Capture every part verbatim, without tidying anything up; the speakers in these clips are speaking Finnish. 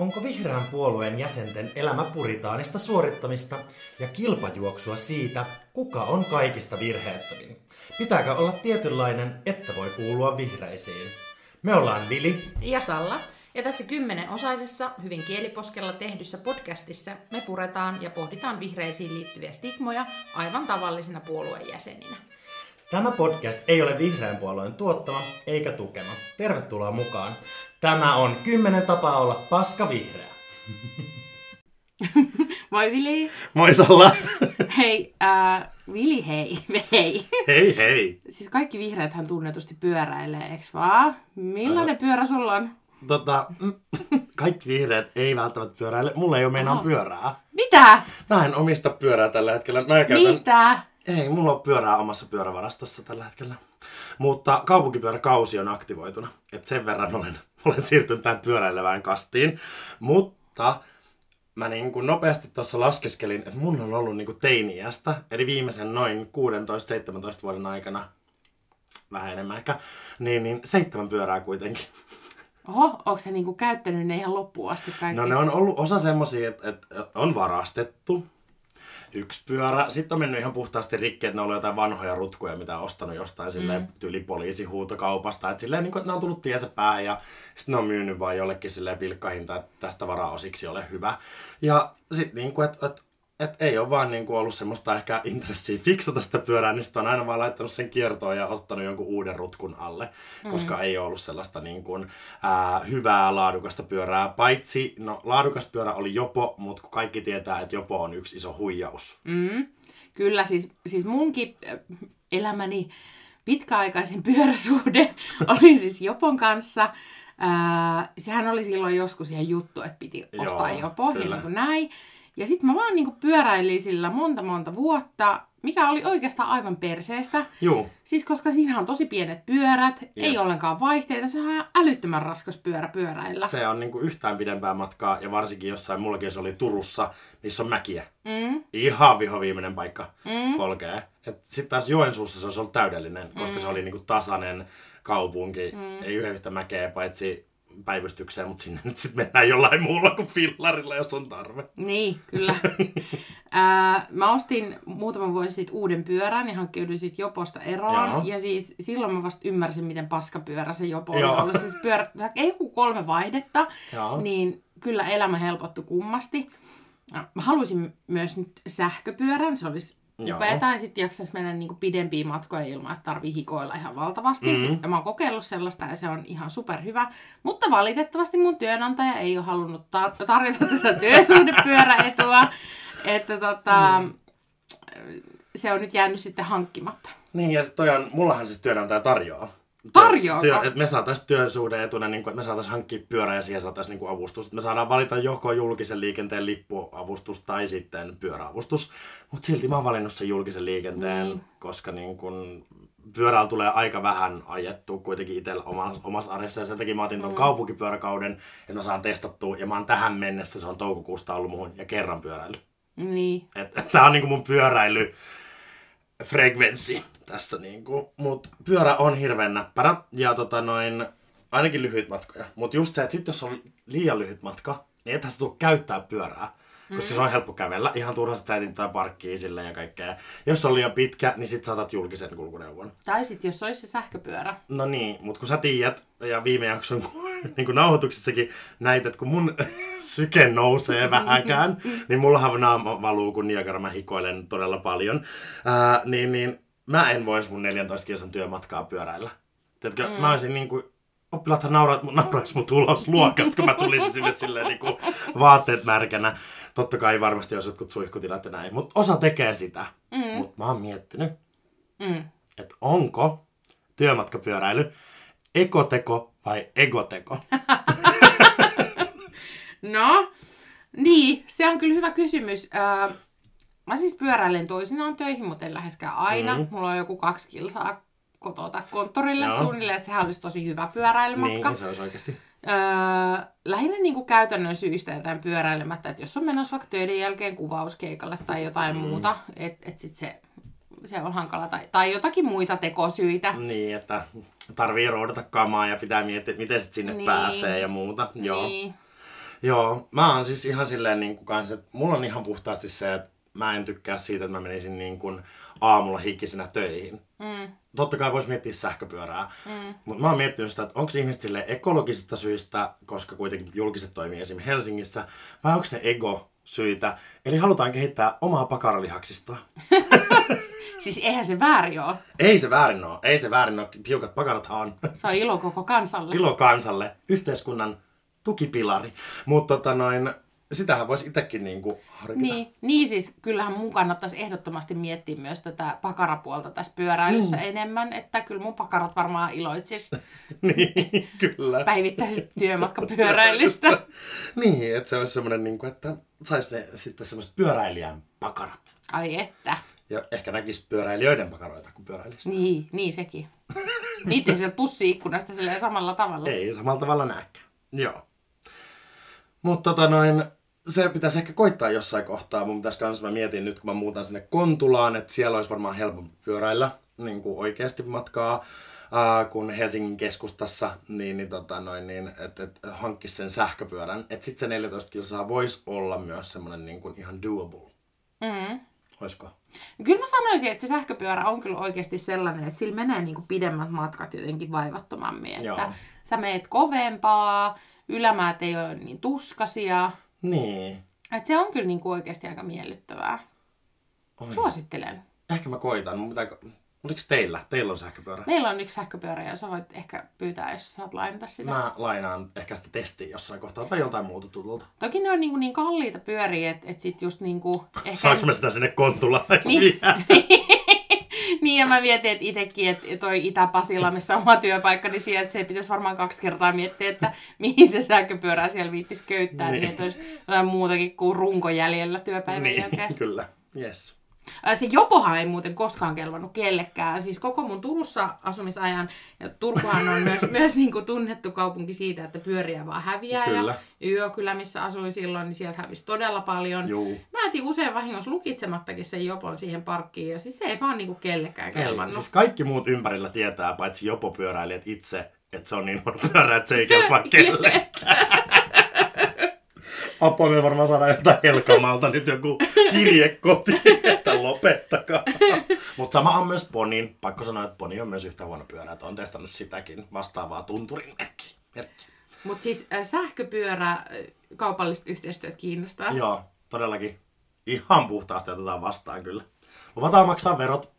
Onko vihreän puolueen jäsenten elämä puritaanista suorittamista ja kilpajuoksua siitä, kuka on kaikista virheettömin? Pitääkö olla tietynlainen, että voi kuulua vihreisiin? Me ollaan Vili ja Salla, ja tässä kymmenenosaisessa, hyvin kieliposkella tehdyssä podcastissa me puretaan ja pohditaan vihreisiin liittyviä stigmoja aivan tavallisina puolueen jäseninä. Tämä podcast ei ole vihreän puolueen tuottama eikä tukema. Tervetuloa mukaan. Tämä on kymmenen tapaa olla paska vihreä. Moi Vili. Moi Salla. Hei, äh, Vili hei. hei. Hei hei. Siis kaikki vihreäthän tunnetusti pyöräilee, eiks vaan? Millainen äh. pyörä sulla on? Tota, kaikki vihreät ei välttämättä pyöräile. Mulla ei ole meinaan pyörää. Mitä? Mä en omista pyörää tällä hetkellä. Mä käytän... Mitä? Ei, mulla on pyörää omassa pyörävarastossa tällä hetkellä. Mutta kaupunkipyöräkausi on aktivoituna. Et sen verran olen, olen siirtynyt tähän pyöräilevään kastiin. Mutta mä niin kuin nopeasti tuossa laskeskelin, että mun on ollut niin kuin teini-iästä, eli viimeisen noin kuusitoista seitsemäntoista vuoden aikana, vähän enemmän ehkä, niin, niin seitsemän pyörää kuitenkin. Oho, onko se niinku käyttänyt ne ihan loppuun asti kaikki? No ne on ollut osa semmosia, että, että on varastettu. Yksi pyörä. Sitten on mennyt ihan puhtaasti rikki, että ne on ollut jotain vanhoja rutkuja, mitä on ostanut jostain silleen mm. tyyli poliisihuutokaupasta. Että silleen, niin kuin, että ne on tullut tiensä päähän ja sitten ne on myynyt vaan jollekin silleen pilkkahinta, että tästä varaosiksi ole hyvä. Ja sitten niin kuin, että, että, että ei ole vaan niin kuin ollut semmoista ehkä intressiä fiksata sitä pyörää, niin sitten on aina vaan laittanut sen kiertoon ja ottanut jonkun uuden rutkun alle, mm. koska ei ole ollut sellaista niin kuin, ää, hyvää laadukasta pyörää. Paitsi, no laadukas pyörä oli Jopo, mutta kun kaikki tietää, että Jopo on yksi iso huijaus. Mm. Kyllä, siis, siis munkin elämäni pitkäaikaisen pyöräsuhde oli siis Jopon kanssa. Ää, sehän oli silloin joskus ihan juttu, että piti ostaa Joo, Jopo ja niin kuin näin. Ja sit mä vaan niinku pyöräilin sillä monta monta vuotta, mikä oli oikeastaan aivan perseestä. Juu. Siis koska siinä on tosi pienet pyörät, Jep. ei ollenkaan vaihteita, se on älyttömän raskas pyörä pyöräillä. Se on niinku yhtään pidempää matkaa ja varsinkin jossain, mullakin se oli Turussa, missä on mäkiä. Mm. Ihan vihoviimeinen paikka mm. polkee. Sitten taas Joensuussa se olisi ollut täydellinen, koska mm. se oli niinku tasainen kaupunki, mm. ei yhtä mäkeä paitsi päivystykseen, mutta sinne nyt sitten mennään jollain muulla kuin fillarilla, jos on tarve. Niin, kyllä. Ää, mä ostin muutaman vuosi sitten uuden pyörän ja hankkiuduin sitten Joposta eroon. Joo. Ja siis silloin mä vasta ymmärsin, miten paskapyörä se Jopo oli ollut. Siis pyörä, ei kun kolme vaihdetta, Joo. niin kyllä elämä helpottui kummasti. Mä haluaisin myös nyt sähköpyörän, se olisi upea, tai sitten jaksaisi mennä niinku pidempiä matkoja ilman, että tarvii hikoilla ihan valtavasti. Mm-hmm. Ja mä oon kokeillut sellaista ja se on ihan superhyvä. Mutta valitettavasti mun työnantaja ei ole halunnut tar- tarjota tätä työsuhdepyöräetua. Että tota, mm. se on nyt jäänyt sitten hankkimatta. Niin ja toi on, mullahan siis työnantaja tarjoaa. Tarjoaa? Työ, että me saataisiin työsuhdeetuna, niin kuin, että me saataisiin hankkia pyörä ja siihen saataisiin niin kuin avustus. Me saadaan valita joko julkisen liikenteen lippuavustus tai sitten pyöräavustus. Mutta silti mä oon valinnut sen julkisen liikenteen, niin. koska niin kuin, pyörällä tulee aika vähän ajettua kuitenkin itsellä omassa, omassa arjessa. Ja sen takia mä otin ton mm. kaupunkipyöräkauden, että mä saan testattua. Ja mä oon tähän mennessä, se on toukokuusta ollut muhun ja kerran pyöräily. Niin. Että et, tää on niin kuin mun pyöräily. Frekvenssi tässä niinku. Mut pyörä on hirveän näppärä ja tota noin, ainakin lyhyt matkoja. Mut just se, että sit jos on liian lyhyt matka, niin ethän sä tuu käyttää pyörää. Koska mm. se on helppo kävellä. Ihan turhasti sä etin tai parkkiin silleen ja kaikkea. Jos on liian pitkä, niin sit saatat julkisen kulkuneuvon. Tai sit jos olisi se sähköpyörä. No niin, mut kun sä tiedät, ja viime jakson niin nauhoituksissakin näit, että kun mun syke nousee vähäkään, niin mullahan naama valuu, kun Niagara mä hikoilen todella paljon. Ää, niin, niin mä en vois mun neljäntoista kilsan työmatkaa pyöräillä. Tiedätkö, mm. mä olisin niinku... Oppilaathan nauraisi mut ulos luokasta, kun mä tulisin sinne silleen niinku vaatteet märkänä. Totta kai varmasti jos jotkut suihkutilat ja näin, mutta osa tekee sitä. Mm. Mutta mä oon miettinyt, mm. että onko työmatkapyöräily ekoteko vai egoteko? No, niin, se on kyllä hyvä kysymys. Äh, mä siis pyöräilen toisinaan töihin, mutta en läheskään aina. Mm. Mulla on joku kaksi kilsaa kotota konttorille Joo. suunnilleen, että sehän olisi tosi hyvä pyöräilymatka. Niin, se olisi oikeasti. Öö, lähinnä niin kuin käytännön syistä jotain pyöräilemättä, että jos on menossa vaikka töiden jälkeen kuvauskeikalle tai jotain mm. muuta, että et sit se, se on hankala. Tai, tai jotakin muita tekosyitä. Niin, että tarvii roudata kamaa ja pitää miettiä, että miten sit sinne niin. pääsee ja muuta. Joo. Niin. Joo, mä oon siis ihan silleen niin kuin kans, että mulla on ihan puhtaasti se, että mä en tykkää siitä, että mä menisin niin kuin aamulla hikisenä töihin. Mm. Totta kai vois miettiä sähköpyörää, mm. mutta mä oon miettinyt sitä, että onko ihmiset silleen ekologisista syistä, koska kuitenkin julkiset toimii esimerkiksi Helsingissä, vai onko ne ego-syitä, eli halutaan kehittää omaa pakaralihaksista. Siis eihän se väärin ole. Ei se väärin ole, ei se väärin ole, piukat pakarathan on. Se on ilo koko kansalle. Ilo kansalle, yhteiskunnan tukipilari, mutta tota noin... Sitähän voisi itsekin niinku harkita. Niin, niin siis kyllähän mun kannattaisi ehdottomasti miettiä myös tätä pakarapuolta tässä pyöräilyssä mm. enemmän, että kyllä mun pakarat varmaan iloitsis niin, kyllä. päivittäisestä työmatkapyöräilystä. Niin, että se olisi semmoinen, niinku, että saisi ne sitten semmoiset pyöräilijän pakarat. Ai että. Ja ehkä näkisi pyöräilijöiden pakaroita kuin pyöräilijistä. Niin, niin sekin. Niitä ei sieltä pussi-ikkunasta silleen samalla tavalla. Ei samalla tavalla näkään. Joo. Mutta tota noin... Se pitäisi ehkä koittaa jossain kohtaa. Mun pitäisi kans, mä mietin nyt, kun mä muutan sinne Kontulaan, että siellä olisi varmaan helpompi pyöräillä niin kuin oikeasti matkaa ää, kuin Helsingin keskustassa, niin, niin, tota noin, niin että et, hankkisi sen sähköpyörän. Että sit se neljätoista kilsaa voisi olla myös semmoinen niin kuin ihan doable. Mm. Oisko? Kyllä mä sanoisin, että se sähköpyörä on kyllä oikeasti sellainen, että sillä menee niin kuin pidemmät matkat jotenkin vaivattomammin. Että Joo. sä meet kovempaa, ylämäät ei ole niin tuskasia. Niin. Et se on kyllä niinku oikeasti aika miellyttävää. Oi. Suosittelen. Ehkä mä koitan. Mun pitää... Oliko teillä? Teillä on sähköpyörä? Meillä on yksi sähköpyörä ja sä voit ehkä pyytää, jos saat lainata sitä. Mä lainaan ehkä sitä testiä jossain kohtaa tai jotain muuta tutulta. Toki ne on niin, niin kalliita pyöriä, että et sit just niinku... Ehkä... Saanko mä sitä sinne Kontulaan niin. Niin ja mä mietin, että itekin, että toi Itä-Pasila, missä on oma työpaikka, niin sieltä se pitäisi varmaan kaksi kertaa miettiä, että mihin se sähköpyörää siellä viittisi köyttää, niin, niin että olisi jotain muutakin kuin runko jäljellä työpäivän niin, jälkeen. Kyllä, yes. Se jopohan ei muuten koskaan kelvannut kellekään. Siis koko mun Turussa asumisajan, ja Turkuhan on myös, myös niin kuin tunnettu kaupunki siitä, että pyöriä vaan häviää. Kyllä. Ja Yökylä, missä asuin silloin, niin sieltä hävisi todella paljon. Juu. Mä jätin usein vahingossa lukitsemattakin sen jopon siihen parkkiin, ja siis se ei vaan niin kuin kellekään kelvannut. Ei, siis kaikki muut ympärillä tietää, paitsi jopopyöräilijät itse, että se on niin huono pyörä, että se ei kelpaa kellekään. Apua, me varmaan saadaan jotain Helkamalta nyt joku kirje kotiin, että lopettakaa. Mutta sama on myös Ponin. Pakko sanoa, että Poni on myös yhtä huono pyörä, että on testannut sitäkin vastaavaa tunturin merkkiä. Mutta siis äh, sähköpyörä, äh, kaupalliset yhteistyöt kiinnostaa. Joo, todellakin. Ihan puhtaasti otetaan vastaan kyllä. Luvataan maksaa verot.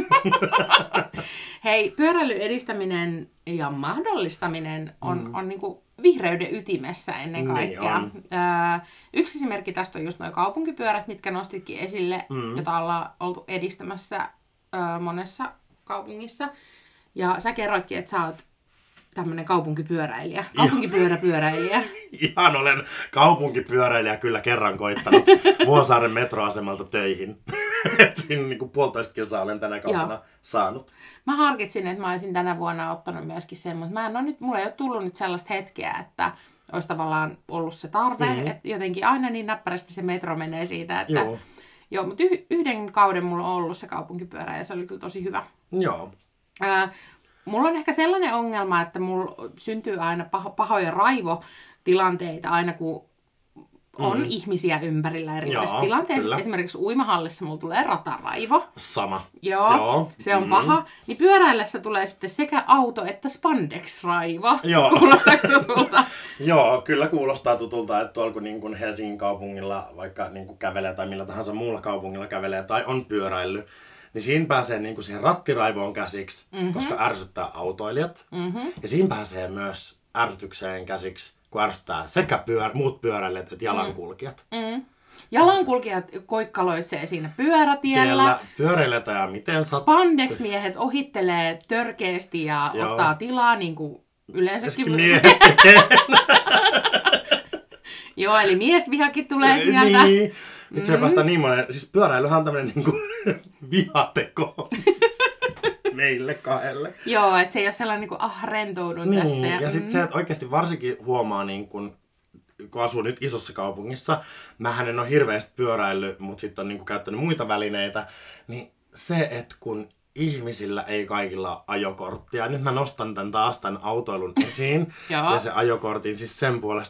Hei, pyöräilyn edistäminen ja mahdollistaminen on, mm. on niinku vihreyden ytimessä ennen kaikkea. Niin öö, yksi esimerkki tästä on just nuo kaupunkipyörät, mitkä nostitkin esille, mm. jota ollaan oltu edistämässä öö, monessa kaupungissa. Ja sä kerroitkin, että sä oot tämmönen kaupunkipyöräilijä. Kaupunkipyöräpyöräilijä. Ihan olen kaupunkipyöräilijä kyllä kerran koittanut Vuosaaren metroasemalta töihin. Et siinä niinku puolitoista kilsaa olen tänä kautena Joo. saanut. Mä harkitsin, että mä olisin tänä vuonna ottanut myöskin sen, mutta mä en ole nyt, mulla ei ole tullut nyt sellaista hetkeä, että olisi tavallaan ollut se tarve. Mm-hmm. Että jotenkin aina niin näppärästi se metro menee siitä, että... Joo. Joo, mutta yh- yhden kauden mulla on ollut se kaupunkipyörä ja se oli kyllä tosi hyvä. Joo. Äh, Mulla on ehkä sellainen ongelma, että mulla syntyy aina paho, pahoja raivotilanteita aina kun on mm. ihmisiä ympärillä erilaisissa tilanteissa. Esimerkiksi uimahallissa mulla tulee rataraivo. Sama. Joo, Joo. se on mm. paha. Niin pyöräillessä tulee sitten sekä auto- että spandex-raivo. Joo. Kuulostaako tutulta? Joo, kyllä kuulostaa tutulta, että tuolla kun niin kuin Helsingin kaupungilla vaikka niin kuin kävelee tai millä tahansa muulla kaupungilla kävelee tai on pyöräillyt, niin siinä pääsee niinku siihen rattiraivoon käsiksi, mm-hmm. koska ärsyttää autoilijat. Mm-hmm. Ja siinä pääsee myös ärsytykseen käsiksi, kun ärsyttää sekä pyör- muut pyöräilijät että jalankulkijat. Mm-hmm. Jalankulkijat koikkaloitsee siinä pyörätiellä. Tiellä, pyöräilijät ja miten sattuu. Spandex-miehet ohittelee törkeästi ja Joo. ottaa tilaa niin kuin yleensäkin. Joo, eli miesvihakin tulee sieltä. Niin. Nyt se päästään niin monen, siis pyöräilyhän on tämmönen niinku vihateko meille kahdelle. Joo, että se ei ole sellainen niinku, ah, rentoudun niin, tässä. Ja, ja mm. sitten se, että oikeasti varsinkin huomaa, niin kun, kun asuu nyt isossa kaupungissa, mähän en ole hirveästi pyöräillyt, mutta sitten on niin kun, käyttänyt muita välineitä, niin se, että kun ihmisillä ei kaikilla ole ajokorttia, nyt mä nostan tän taas tän autoilun esiin ja se ajokortin siis sen puolesta, että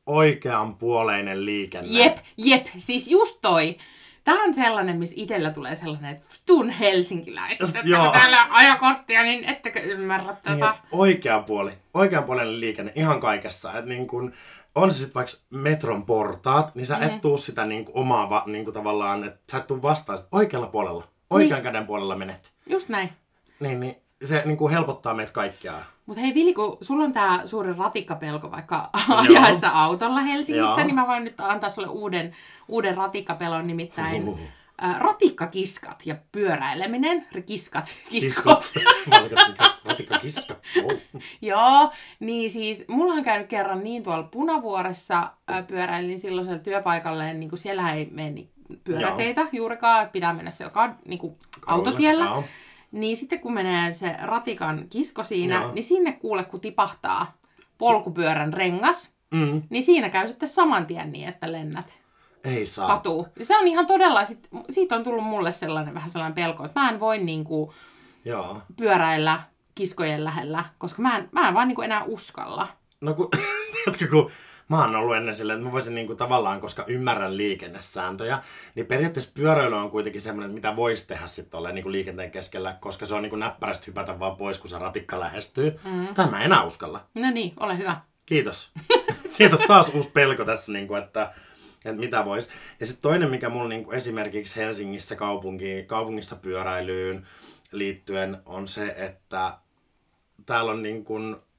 oikeanpuoleinen liikenne. Jep, jep, siis just toi. Tää on sellainen, missä itsellä tulee sellainen, että tuun helsinkiläisestä, että kun täällä ajokorttia, niin ettekö ymmärrä tätä. Niin, oikea puoli, oikeanpuoleinen liikenne ihan kaikessa. Että niin kun, on se sitten vaikka metron portaat, niin sä mm. et tuu sitä niin kuin omaa va, niin kuin tavallaan, että sä et tuu vastaan oikealla puolella, oikean niin. käden puolella menet. Just näin. Niin, niin se niin kuin helpottaa meitä kaikkia. Mutta hei Vili, kun sulla on tää suuri ratikkapelko vaikka ajaessa autolla Helsingissä, Joo. niin mä voin nyt antaa sulle uuden, uuden ratikkapelon, nimittäin uh. ä, ratikkakiskat ja pyöräileminen. Kiskat, kiskot. Ratikkakiskat. Oh. Joo, niin siis mulla on käynyt kerran niin tuolla Punavuoressa ä, pyöräilin silloiselle työpaikalle, niin kuin siellä ei mene pyöräteitä Joo. juurikaan, että pitää mennä siellä ka- niin kuin autotiellä. Joo. Niin sitten kun menee se ratikan kisko siinä, Joo. niin sinne kuule kun tipahtaa polkupyörän rengas, mm. niin siinä käy sitten saman tien niin, että lennät Ei saa. katuun. Ja se on ihan todella, sit, siitä on tullut mulle sellainen vähän sellainen pelko, että mä en voi niinku Joo. pyöräillä kiskojen lähellä, koska mä en, mä en vaan niinku enää uskalla. No kun, tiedätkö, kun mä oon ollut ennen silleen, että mä voisin niinku tavallaan, koska ymmärrän liikennesääntöjä, niin periaatteessa pyöräily on kuitenkin semmoinen, mitä voisi tehdä sitten tolleen niinku liikenteen keskellä, koska se on niinku näppärästi hypätä vaan pois, kun se ratikka lähestyy. Mm. Tai mä en enää uskalla. No niin, ole hyvä. Kiitos. Kiitos, taas uusi pelko tässä, niinku, että, että mitä vois. Ja sitten toinen, mikä mulla niinku esimerkiksi Helsingissä kaupunki, kaupungissa pyöräilyyn liittyen, on se, että täällä on, niinku,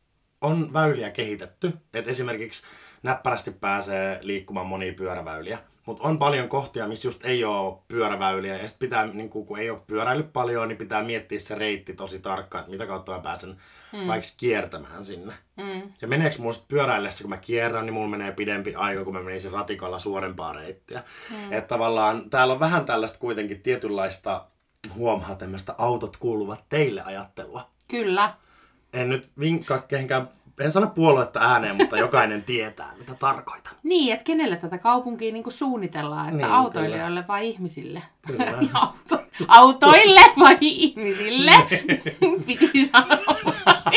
on väyliä kehitetty. Et esimerkiksi näppärästi pääsee liikkumaan monia pyöräväyliä. Mutta on paljon kohtia, missä just ei ole pyöräväyliä. Ja sitten pitää, niin kun ei ole pyöräily paljon, niin pitää miettiä se reitti tosi tarkkaan, että mitä kautta mä pääsen mm. vaikka kiertämään sinne. Mm. Ja meneekö mulla pyöräillessä, kun mä kierrän, niin mulla menee pidempi aika, kun mä menisin ratikalla suorempaa reittiä. Mm. Että tavallaan täällä on vähän tällaista kuitenkin tietynlaista, huomaa tämmöistä autot kuuluvat teille ajattelua. Kyllä. En nyt vinkkaa kehenkään. En sano puoluetta ääneen, mutta jokainen tietää, mitä tarkoitan. Niin, että kenelle tätä kaupunkia niin kuin suunnitellaan, että niin, autoilijoille kyllä. vai ihmisille? Auto, autoille vai ihmisille? Piti sanoa.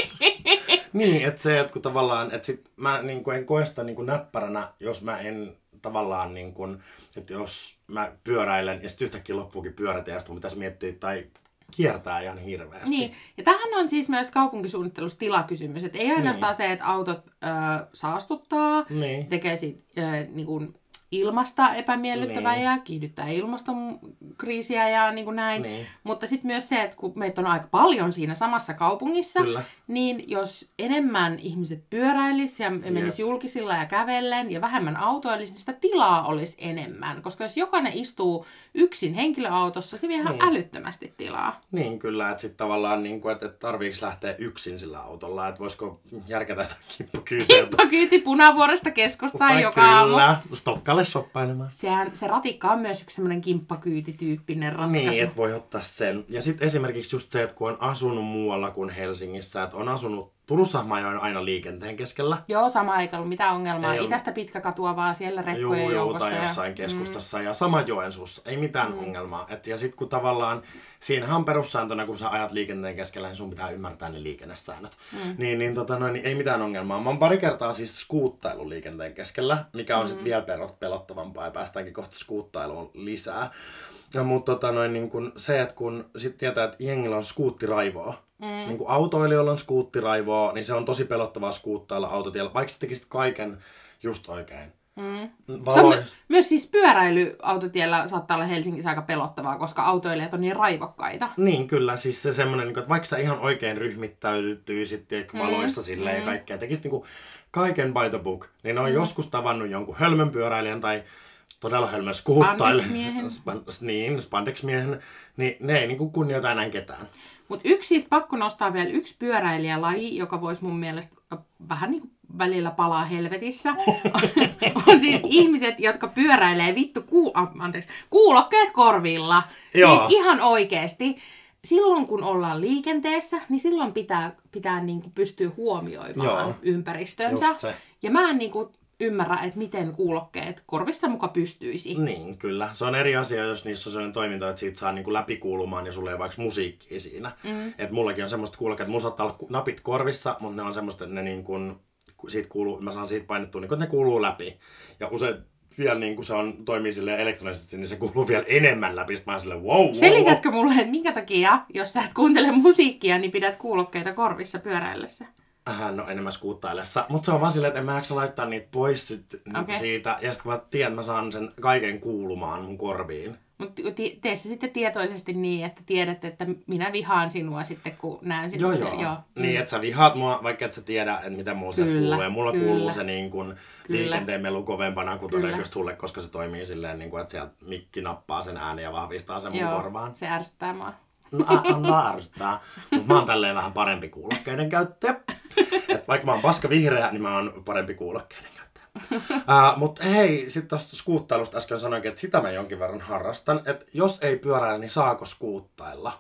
Niin, että se, että kun tavallaan, että sit mä niin kuin en koe sitä niin kuin näppäränä, jos mä en tavallaan, niin kuin, että jos mä pyöräilen ja sitten yhtäkkiä loppuukin pyörät ja sitten pitäisi miettiä tai kiertää ihan hirveästi. Niin, ja tämähän on siis myös kaupunkisuunnittelussa tilakysymys, että ei ainoastaan niin. se, että autot ö, saastuttaa, niin. tekee sit, ö, niin kuin ilmasta epämiellyttävää niin. ja kiihdyttää ilmastonkriisiä ja niin kuin näin, niin. mutta sitten myös se, että kun meitä on aika paljon siinä samassa kaupungissa, Kyllä. niin jos enemmän ihmiset pyöräilisi ja menisi julkisilla ja kävellen ja vähemmän autoilisi, niin sitä tilaa olisi enemmän, koska jos jokainen istuu yksin henkilöautossa, se vie ihan niin. älyttömästi tilaa. Niin kyllä, että sitten tavallaan, niin kuin, että tarviiko lähteä yksin sillä autolla, että voisiko järkätä jotain kimppakyytiä. Kimppakyyti Punavuoresta keskustaan joka aamu. Kyllä, Stokkalle shoppailemaan. Sehän, se ratikka on myös yksi semmoinen kimppakyytityyppinen ratkaisu. Niin, että voi ottaa sen. Ja sitten esimerkiksi just se, että kun on asunut muualla kuin Helsingissä, että on asunut Turussa, mä ajoin aina liikenteen keskellä. Joo, sama eikä ollut mitään ongelmaa. Ei Itästä pitkä katua vaan siellä rekkojen juu, joukossa. Juu, tai jossain ja... keskustassa mm. ja sama Joensuussa. Ei mitään mm. ongelmaa. Et, ja sitten kun tavallaan, siinähän on perussääntönä, kun sä ajat liikenteen keskellä, niin sun pitää ymmärtää ne liikennesäännöt. Mm. Niin, niin, tota, noin, niin ei mitään ongelmaa. Mä oon pari kertaa siis skuuttailu liikenteen keskellä, mikä on mm. sitten vielä pelottavampaa ja päästäänkin kohta skuuttailuun lisää. Ja, mutta tota, noin, niin kun se, että kun sit tietää, että jengillä on skuuttiraivoa, Mm. niin kuin autoilijoilla on skuuttiraivoa, niin se on tosi pelottavaa skuuttailla autotiellä, vaikka sä tekisit kaiken just oikein. Mm. Valois... My- myös siis pyöräilyaututiellä saattaa olla Helsingissä aika pelottavaa, koska autoilijat on niin raivokkaita. Niin kyllä, siis se semmoinen, että vaikka sä ihan oikein ryhmittäytyisit valoissa mm. silleen mm. ja kaikkea, tekisit niin kuin kaiken by the book, niin ne on mm. joskus tavannut jonkun hölmön pyöräilijän tai todella hölmön skuuttailijan. Spandex-miehen. Span- niin, spandex-miehen, niin ne ei niin kuin kunnioita enää ketään. Mutta yksi siis pakko nostaa vielä yksi pyöräilijälaji, joka voisi mun mielestä vähän niin kuin välillä palaa helvetissä. On siis ihmiset, jotka pyöräilee vittu kuu, anteeksi, kuulokkeet korvilla. Joo. Siis ihan oikeesti. Silloin kun ollaan liikenteessä, niin silloin pitää, pitää niin kuin pystyä huomioimaan Joo. ympäristönsä. Ja mä en niin kuin ymmärrä, että miten kuulokkeet korvissa muka pystyisi. Niin, kyllä. Se on eri asia, jos niissä on sellainen toiminta, että siitä saa niinku läpikuulumaan ja sulle ei vaikka musiikkia siinä. Mm. Että mullakin on semmoista kuulokkeet, että mulla saattaa olla napit korvissa, mutta ne on semmoista, että ne niinku siitä kuuluu, mä saan siitä painettua, niin kun ne kuuluu läpi. Ja usein vielä niin kuin se on, toimii silleen elektronisesti, niin se kuuluu vielä enemmän läpi. Sitten mä oon silleen, wow, wow, Selitätkö mulle, että minkä takia, jos sä et kuuntele musiikkia, niin pidät kuulokkeita korvissa pyöräillessä? Äh, no enemmän skuuttaillessa. Mutta se on vaan silleen, että en mä jaksa laittaa niitä pois sit, okay. siitä. Ja sitten kun mä tiedän, että mä saan sen kaiken kuulumaan mun korviin. Mutta tee se sitten tietoisesti niin, että tiedät, että minä vihaan sinua sitten, kun näen sinua. Joo, joo. joo. Niin, että sä vihaat mua, vaikka et sä tiedä, että mitä mulla sieltä kuuluu. Ja mulla kyllä. kuuluu se niin kun liikenteen melu kovempana kuin todennäköisesti sulle, koska se toimii silleen, niin kun, että sieltä mikki nappaa sen äänen ja vahvistaa sen mun joo, korvaan. Se ärsyttää mua. No, no ärsyttää. Mutta mä oon tälleen vähän parempi kuulokkeiden käyttäjä. Et vaikka mä oon paska vihreä, niin mä oon parempi kuulokkeiden käyttäjä. Uh, Mutta hei, sitten tuosta skuuttailusta äsken sanoinkin, että sitä mä jonkin verran harrastan. Että jos ei pyöräillä, niin saako skuuttailla?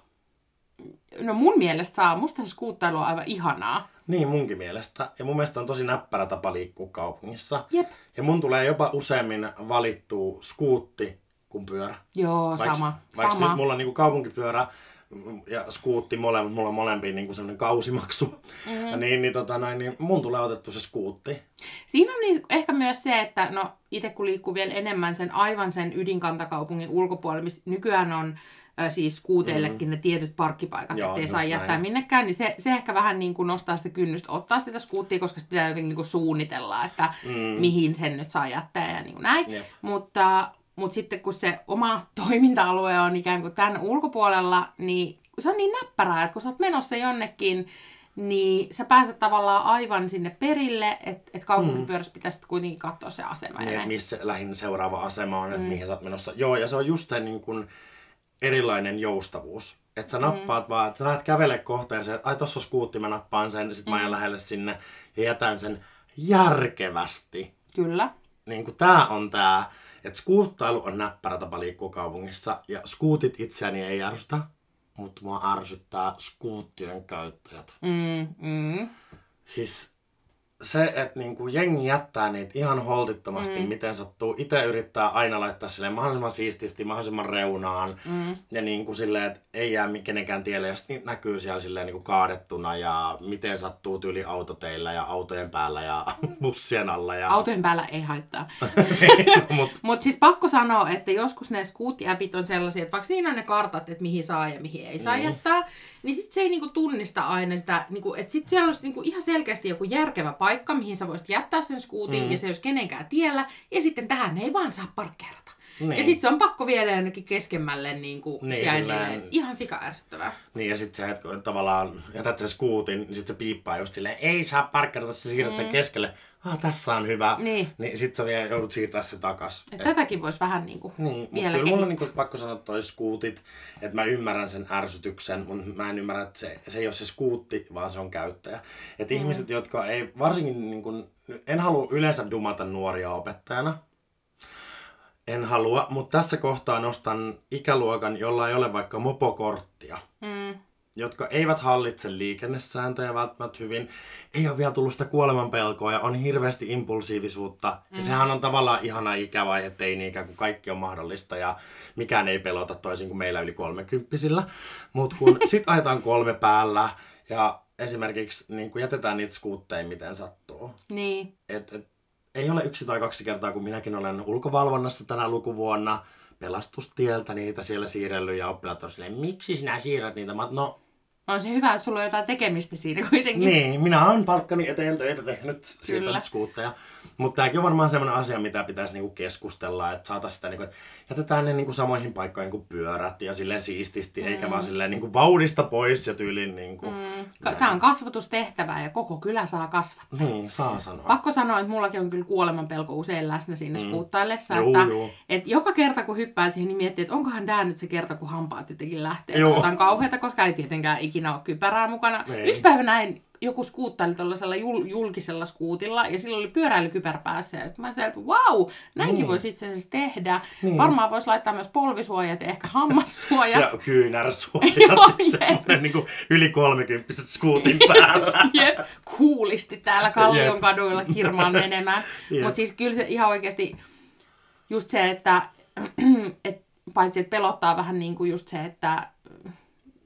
No mun mielestä saa. Musta se skuuttailu on aivan ihanaa. Niin, munkin mielestä. Ja mun mielestä on tosi näppärä tapa liikkua kaupungissa. Jep. Ja mun tulee jopa useammin valittua skuutti kuin pyörä. Joo, Vaik, sama. Vaikka sama. mulla on niinku kaupunkipyörä ja skuutti molemmat, mulla on molempiin niinku sellainen kausimaksu. Mm-hmm. Niin, niin, tota noin, niin mun tulee otettu se skuutti. Siinä on niin ehkä myös se, että no itse kun liikkuu vielä enemmän sen aivan sen ydinkantakaupungin ulkopuolella, missä nykyään on äh, siis skuuteillekin mm-hmm. ne tietyt parkkipaikat, joo, ettei saa jättää näin. minnekään, niin se, se ehkä vähän niin kuin nostaa sitä kynnystä ottaa sitä skuuttia, koska sitä pitää jotenkin niin kuin suunnitella, että mm. mihin sen nyt saa jättää ja niin kuin näin. Yep. Mutta Mutta sitten kun se oma toiminta-alue on ikään kuin tämän ulkopuolella, niin se on niin näppärää, että kun sä oot menossa jonnekin, niin sä pääset tavallaan aivan sinne perille, että et kaupunkipyörässä pitäisi kuitenkin katsoa se asema. Niin, että missä lähin seuraava asema on, että mm. mihin sä oot menossa. Joo, ja se on just se niin kun erilainen joustavuus. Että sä nappaat mm. vaan, että sä lähdet kävele kohta ja se, että ai tossa on skuutti, mä nappaan sen, sit mä ajan mm. lähelle sinne ja jätän sen järkevästi. Kyllä. Niin kuin tää on tää, että skuuttailu on näppärä tapa liikkua kaupungissa ja skuutit itseäni ei ärsytä, mutta mua ärsyttää skuuttien käyttäjät. Mm, mm. Siis se, että niinku jengi jättää niitä ihan holtittomasti, mm. miten sattuu. Itse yrittää aina laittaa silleen mahdollisimman siististi, mahdollisimman reunaan. Mm. Ja niinku silleen, että ei jää kenenkään tielle. Ja sitten niitä näkyy siellä silleen niinku kaadettuna ja miten sattuu tyyli autoteillä ja autojen päällä ja bussien alla. Ja... Autojen päällä ei haittaa. Mutta Mut siis pakko sanoa, että joskus ne skuuttiäpit on sellaisia, että vaikka siinä on ne kartat, että mihin saa ja mihin ei saa mm. jättää, niin sit se ei niinku tunnista aina sitä, niinku, että sit siellä olisi niinku ihan selkeästi joku järkevä paikka, mihin sä voisit jättää sen skuutin, mm. ja se ei olisi kenenkään tiellä, ja sitten tähän ei vaan saa parkkeerata. Niin. Ja sitten se on pakko viedä jonnekin keskemmälle niin kuin niin, sillään... ihan sika ärsyttävää. Niin, ja sitten sä hetko, tavallaan jätät sen skuutin, niin sitten se piippaa just silleen, ei saa parkkeerata, sä siirrät mm. sen keskelle. Ah, tässä on hyvä. Niin, niin sitten sä vielä joudut siirtää se takas. Et tätäkin voisi vähän niin kuin niin, vielä kyllä mulla on niin kuin pakko sanoa toi skuutit, että mä ymmärrän sen ärsytyksen, mutta mä en ymmärrä, että se, se ei ole se skuutti, vaan se on käyttäjä. Että mm. ihmiset, jotka ei, varsinkin niin kuin, en halua yleensä dumata nuoria opettajana. En halua, mutta tässä kohtaa nostan ikäluokan, jolla ei ole vaikka mopokorttia. Mm. Jotka eivät hallitse liikennesääntöjä välttämättä hyvin. Ei ole vielä tullut sitä kuolemanpelkoa ja on hirveästi impulsiivisuutta. Mm. Ja sehän on tavallaan ihana ikävaihe teini-ikä, kun kaikki on mahdollista ja mikään ei pelota toisin kuin meillä yli kolmekymppisillä. Mutta kun sit ajetaan kolme päällä ja esimerkiksi niin kun jätetään niitä skuutteja miten sattuu. Niin. Et, et, ei ole yksi tai kaksi kertaa, kun minäkin olen ulkovalvonnassa tänä lukuvuonna pelastustieltä niitä siellä siirrellyt ja oppilaat on silleen, miksi sinä siirrät niitä? Mä, no, on se hyvä, että sulla on jotain tekemistä siinä kuitenkin. Niin, minä olen palkkani eteen töitä tehnyt, siirtänyt skuutteja. Mutta tämäkin on varmaan sellainen asia, mitä pitäisi niinku keskustella, että saataisiin sitä, niinku, että jätetään ne niinku samoihin paikkoihin kuin pyörät ja silleen siististi, mm. eikä vaan silleen niinku vauhdista pois ja tyylin. Niinku, mm. Tämä on kasvatustehtävää ja koko kylä saa kasvattaa. Niin, saa sanoa. Pakko sanoa, että mullakin on kyllä kuolemanpelko usein läsnä siinä mm. skuuttaillessa, että, että joka kerta kun hyppää siihen, niin miettii, että onkohan tämä nyt se kerta, kun hampaat jotenkin lähtee. Tämä on kauheata, koska ei tietenkään ikinä ole kypärää mukana. Ei. Yksi päivä näin joku skuuttaili tuollaisella jul- julkisella skuutilla ja sillä oli pyöräilykypärä päässä. Ja sitten mä sanoin, että vau, näinkin niin. voisi itse asiassa tehdä. Niin. Varmaan voisi laittaa myös polvisuojat ja ehkä hammassuojat. Ja kyynärsuojat. Siis semmoinen niin kuin yli kolmekymppiset skuutin päällä. Jep, kuulisti täällä Kallion kaduilla kirmaan menemään. Mutta siis kyllä se ihan oikeasti just se, että et, paitsi että pelottaa vähän niin kuin just se, että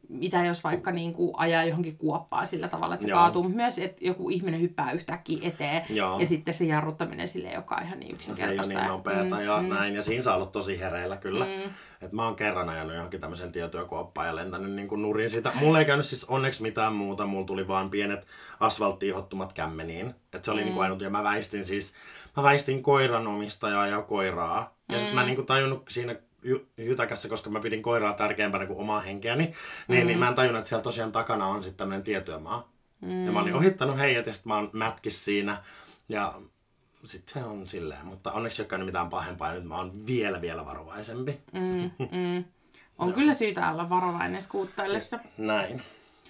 mitä jos vaikka niin kuin ajaa johonkin kuoppaan sillä tavalla, että se Joo. kaatuu. Myös, että joku ihminen hyppää yhtäkkiä eteen Joo. ja sitten se jarruttaminen sille, joka on ihan niin yksinkertaista. Se ei ole niin nopeata mm, ja mm. näin. Ja siinä saa olla tosi hereillä kyllä. Mm. Et mä oon kerran ajanut johonkin tämmöisen tietotyökuoppaan ja lentänyt niin kuin nurin sitä. Mulla ei käynyt siis onneksi mitään muuta. Mulla tuli vaan pienet asfalttiihottumat kämmeniin. Et se oli mm. niin kuin ainut. Ja mä väistin siis, mä väistin koiran omistajaa ja koiraa. Ja mm. sit mä en niin kuin tajunnut siinä jytäkässä, koska mä pidin koiraa tärkeämpänä kuin omaa henkeäni, niin, mm. niin mä en tajunnut, että siellä tosiaan takana on sitten tämmönen tietyömaa. Mm. Ja mä olin ohittanut heidät ja sit mä oon mätkis siinä. Ja sit se on silleen, mutta onneksi ei ole käynyt mitään pahempaa ja nyt mä oon vielä vielä varovaisempi. Mm, mm. On no. kyllä syytä olla varovainen skuuttaillessa. Näin.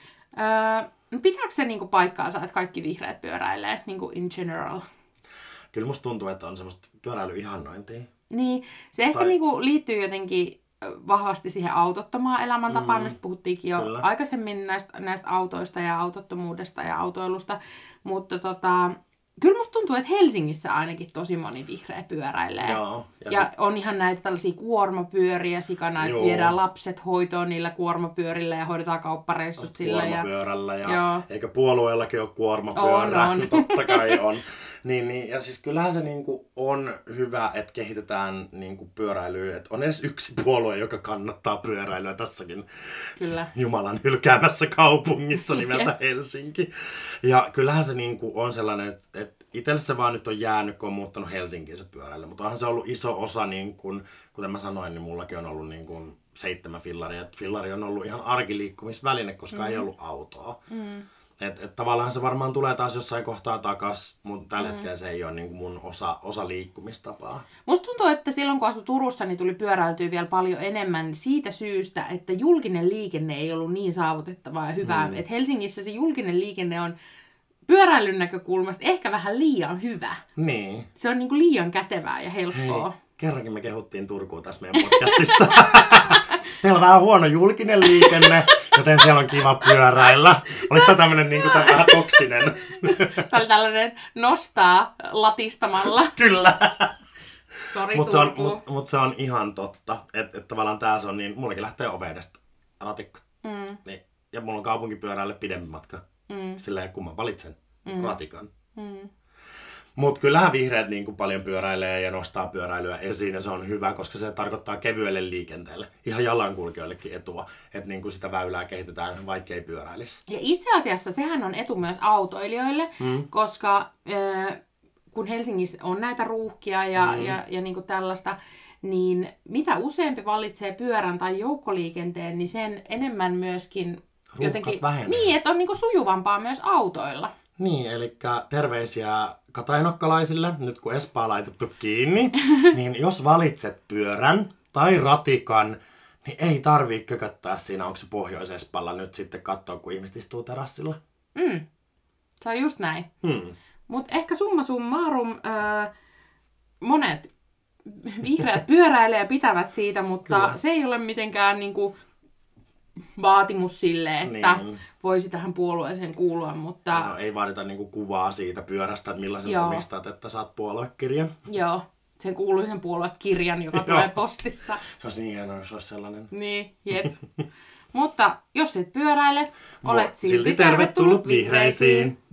Öö, pitääkö se niinku paikkaansa, että kaikki vihreät pyöräilee niinku in general? Kyllä musta tuntuu, että on semmoista pyöräilyihannointia. Niin, se ehkä tai... niinku liittyy jotenkin vahvasti siihen autottomaan elämäntapaan. Mm, mistä puhuttiinkin jo kyllä. aikaisemmin näistä, näistä autoista ja autottomuudesta ja autoilusta. Mutta tota, kyllä musta tuntuu, että Helsingissä ainakin tosi moni vihreä pyöräilee. Joo, ja ja sit... on ihan näitä tällaisia kuormapyöriä sikana, että viedään lapset hoitoon niillä kuormapyörillä ja hoidetaan kauppareissut sillä. Kuormapyörällä ja, ja eikä puolueellakin ole kuormapyörä. On, on. Totta kai on. Niin, niin, ja siis kyllähän se niinku on hyvä, että kehitetään niinku pyöräilyä, että on edes yksi puolue, joka kannattaa pyöräilyä tässäkin Kyllä. Jumalan hylkäämässä kaupungissa nimeltä Helsinki. Ja kyllähän se niinku on sellainen, että, että itselle se vaan nyt on jäänyt, kun on muuttanut Helsinkiin se pyöräily. Mutta onhan se ollut iso osa, niin kun, kuten mä sanoin, niin mullakin on ollut niin kun seitsemän fillaria. Fillari on ollut ihan arkiliikkumisväline, koska mm. ei ollut autoa. Mm. Että et tavallaan se varmaan tulee taas jossain kohtaa takas, mutta tällä mm. hetkellä se ei ole niin kuin mun osa, osa liikkumistapaa. Musta tuntuu, että silloin kun asui Turussa, niin tuli pyöräiltyä vielä paljon enemmän siitä syystä, että julkinen liikenne ei ollut niin saavutettavaa ja hyvää. Mm. Että Helsingissä se julkinen liikenne on pyöräilyn näkökulmasta ehkä vähän liian hyvä. Niin. Se on niin kuin liian kätevää ja helppoa. Hei, kerrankin me kehuttiin Turkuun tässä meidän podcastissa. Teillä on vähän huono julkinen liikenne, joten siellä on kiva pyöräillä. Oliko tämä tämmöinen niin kuin, vähän toksinen? Tämä oli tällainen nostaa latistamalla. Kyllä. Sori Mutta se, mut, mut se on ihan totta. Että et tavallaan tää se on niin, mullakin lähtee Ovedesta ratikka. Mm. Niin, ja mulla on kaupunkipyöräille pidempi matka. Mm. Silleen kun mä valitsen mm. ratikan. Mm. Mutta kyllähän vihreät niin kuin paljon pyöräilee ja nostaa pyöräilyä esiin ja se on hyvä, koska se tarkoittaa kevyelle liikenteelle, ihan jalankulkijoillekin etua, että niin kuin sitä väylää kehitetään, vaikka ei pyöräilisi. Ja itse asiassa sehän on etu myös autoilijoille, mm. koska äh, kun Helsingissä on näitä ruuhkia ja, mm. ja, ja niin kuin tällaista, niin mitä useampi valitsee pyörän tai joukkoliikenteen, niin sen enemmän myöskin ruuhkat jotenkin, vähenee. niin, että on niin kuin sujuvampaa myös autoilla. Niin, eli terveisiä katainokkalaisille, nyt kun Espaa on laitettu kiinni, niin jos valitset pyörän tai ratikan, niin ei tarvii kököttää siinä, onko se Pohjois-Espalla nyt sitten katsoa, kun ihmiset istuu terassilla. Mm. Se on just näin. Hmm. Mutta ehkä summa summarum, äh, monet vihreät pyöräilee ja pitävät siitä, mutta kyllä. Se ei ole mitenkään niinku vaatimus sille, että niin. Voisi tähän puolueeseen kuulua, mutta... No, ei vaadita niinku kuvaa siitä pyörästä, että millaisen Joo. omistat, että saat puoluekirjan. Joo, sen kuuluisen puoluekirjan, joka tulee postissa. Se olisi niin hienoa, jos olisi sellainen. Niin, jep. Mutta jos et pyöräile, olet silti tervetullut vihreisiin.